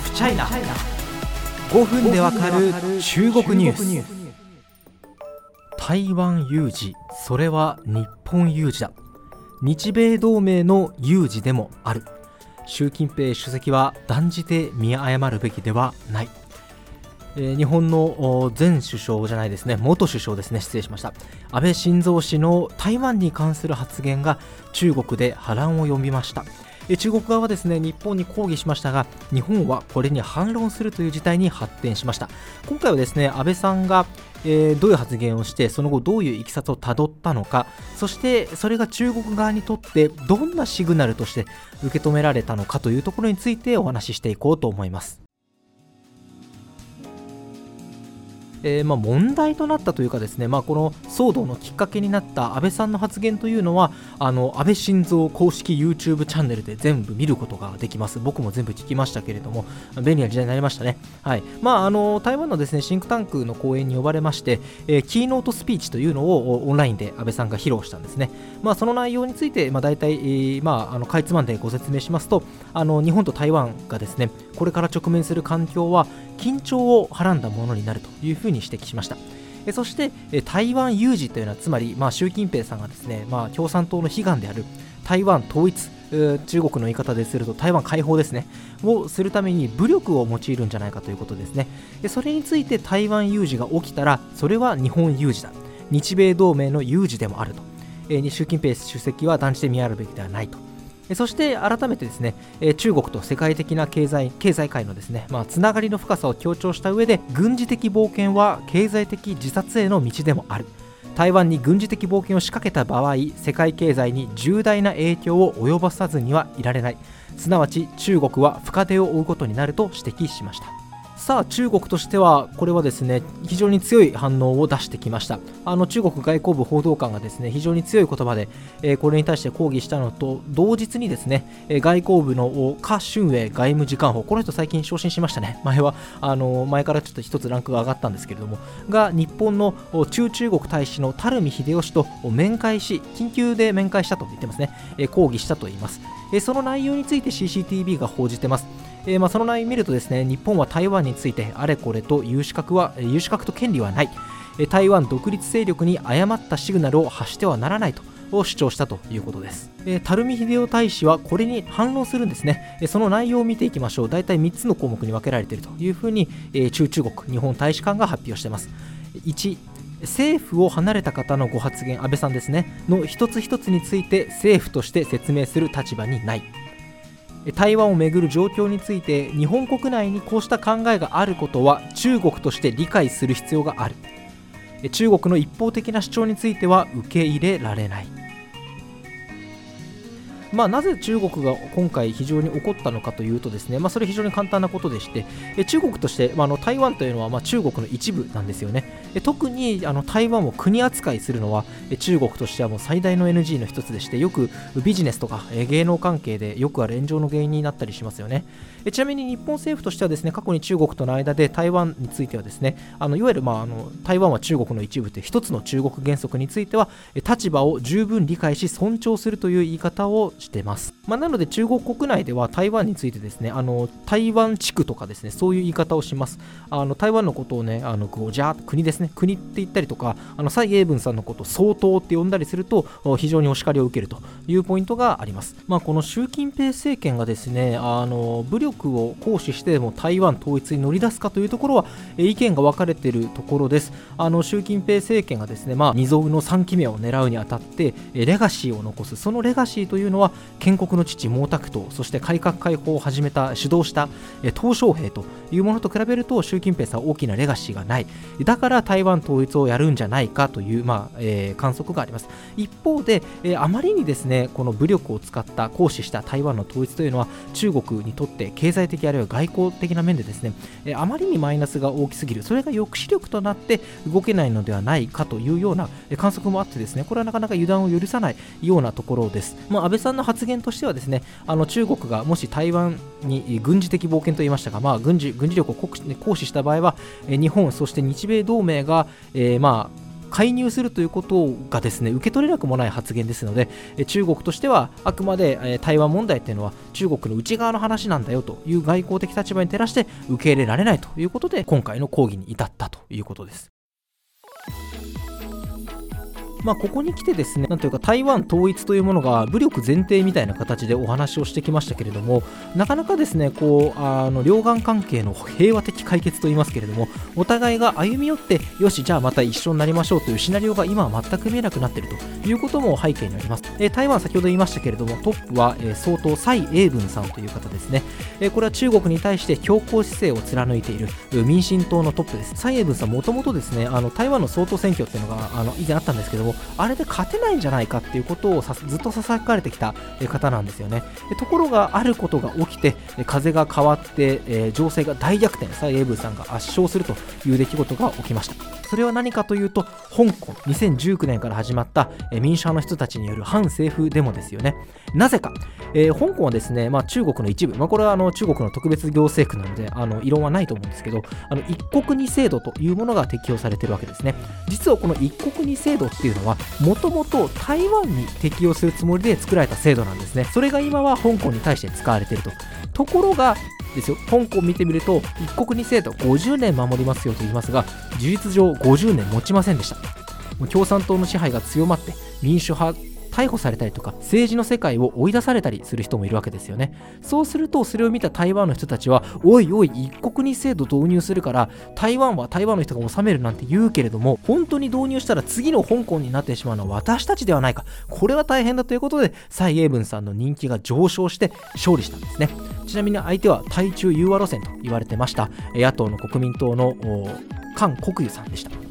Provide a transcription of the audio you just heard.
フチャイナ。5分でわかる中国ニュース。台湾有事、それは日本有事だ。日米同盟の有事でもある。習近平主席は断じて見誤るべきではない。日本の前首相じゃないですね、元首相ですね、失礼しました。安倍晋三氏の台湾に関する発言が中国で波乱を呼びました。中国側はですね、日本に抗議しましたが、日本はこれに反論するという事態に発展しました。今回はですね、安倍さんが、どういう発言をして、その後どういういきさつをたどったのか、そしてそれが中国側にとってどんなシグナルとして受け止められたのかというところについてお話ししていこうと思います。問題となったというかですね、この騒動のきっかけになった安倍さんの発言というのは、安倍晋三公式 YouTube チャンネルで全部見ることができます。僕も全部聞きましたけれども、便利な時代になりましたね。はい。台湾のですね、シンクタンクの講演に呼ばれまして、キーノートスピーチというのをオンラインで安倍さんが披露したんですね。その内容について、大体、かいつまんでご説明しますと、日本と台湾がですね、これから直面する環境は緊張をはらんだものになるというふうに指摘しました。そして台湾有事というのは、つまり習近平さんがですね、共産党の悲願である台湾統一、中国の言い方ですると台湾解放ですねをするために武力を用いるんじゃないかということですね。それについて台湾有事が起きたら、それは日本有事だ、日米同盟の有事でもあると、習近平主席は断じて見誤るべきではないと。そして改めてですね、中国と世界的な経済界のですね、つながりの深さを強調した上で、軍事的冒険は経済的自殺への道でもある。台湾に軍事的冒険を仕掛けた場合、世界経済に重大な影響を及ぼさずにはいられない。すなわち中国は深手を負うことになると指摘しました。さあ、中国としてはこれはですね、非常に強い反応を出してきました。中国外交部報道官がですね、非常に強い言葉で、これに対して抗議したのと同日にですね、外交部の華春瑩外務次官補、この人最近昇進しましたね。前からちょっと一つランクが上がったんですけれども、が日本の中国大使の垂秀吉と面会し、緊急で面会したと言ってますね。抗議したと言います。その内容について CCTV が報じてます。その内容を見るとですね、日本は台湾についてあれこれと有資格と権利はない、台湾独立勢力に誤ったシグナルを発してはならないと主張したということです。垂秀夫大使はこれに反論するんですね。その内容を見ていきましょう。大体3つの項目に分けられているというふうに、中国日本大使館が発表しています。1、政府を離れた方のご発言、安倍さんですねの一つ一つについて政府として説明する立場にない。台湾をめぐる状況について日本国内にこうした考えがあることは中国として理解する必要がある。中国の一方的な主張については受け入れられない。なぜ中国が今回非常に怒ったのかというとですね、それ非常に簡単なことでして、中国として、台湾というのは中国の一部なんですよね。特に台湾を国扱いするのは中国としてはもう最大の NG の一つでして、よくビジネスとか芸能関係でよくある炎上の原因になったりしますよね。ちなみに日本政府としてはですね、過去に中国との間で台湾についてはですね、いわゆる台湾は中国の一部という一つの中国原則については立場を十分理解し尊重するという言い方をしています。なので中国国内では台湾についてですね、台湾地区とかですね、そういう言い方をします。台湾のことをね、ゴジャー国ですね、国って言ったりとか、蔡英文さんのことを総統って呼んだりすると非常にお叱りを受けるというポイントがあります。この習近平政権がですね、武力を行使してでも台湾統一に乗り出すかというところは意見が分かれているところです。習近平政権がですね、未曾有の3期目を狙うにあたってレガシーを残す。そのレガシーというのは建国の父毛沢東、そして改革開放を主導した鄧小平というものと比べると習近平さんは大きなレガシーがない。だから台湾統一をやるんじゃないかという、観測があります。一方で、あまりにですね、この武力を使った行使した台湾の統一というのは中国にとって経済的あるいは外交的な面でですね、あまりにマイナスが大きすぎる。それが抑止力となって動けないのではないかというような観測もあってですね、これはなかなか油断を許さないようなところです。安倍さんの発言としてはですね、中国がもし台湾に軍事的冒険と言いましたが、軍事力を行使した場合は日本そして日米同盟が介入するということがですね受け取れなくもない発言ですので、中国としてはあくまで台湾問題っていうのは中国の内側の話なんだよという外交的立場に照らして受け入れられないということで今回の抗議に至ったということです。ここに来てですね、なんというか台湾統一というものが武力前提みたいな形でお話をしてきましたけれども、なかなかですね両岸関係の平和的解決といいますけれども、お互いが歩み寄ってよしじゃあまた一緒になりましょうというシナリオが今は全く見えなくなっているということも背景にあります。台湾先ほど言いましたけれどもトップは総統蔡英文さんという方ですね。これは中国に対して強硬姿勢を貫いている民進党のトップです。蔡英文さんもともとですね台湾の総統選挙っていうのが以前あったんですけども、あれで勝てないんじゃないかっていうことをずっとささやかれてきた方なんですよね。ところがあることが起きて風が変わって情勢が大逆転、蔡英文さんが圧勝するという出来事が起きました。それは何かというと香港2019年から始まった民主派の人たちによる反政府デモですよね。なぜか、香港はですね、中国の一部、これは中国の特別行政区なので異論はないと思うんですけど、一国二制度というものが適用されているわけですね。実はこの一国二制度っていうのはもともと台湾に適用するつもりで作られた制度なんですね。それが今は香港に対して使われていると。ところがですよ、香港を見てみると一国二制度50年守りますよと言いますが、事実上50年持ちませんでした。共産党の支配が強まって民主派逮捕されたりとか政治の世界を追い出されたりする人もいるわけですよね。そうするとそれを見た台湾の人たちはおいおい一国二制度導入するから台湾は台湾の人が治めるなんて言うけれども、本当に導入したら次の香港になってしまうのは私たちではないか、これは大変だということで蔡英文さんの人気が上昇して勝利したんですね。ちなみに相手は対中融和路線と言われてました野党の国民党の菅国瑜さんでした。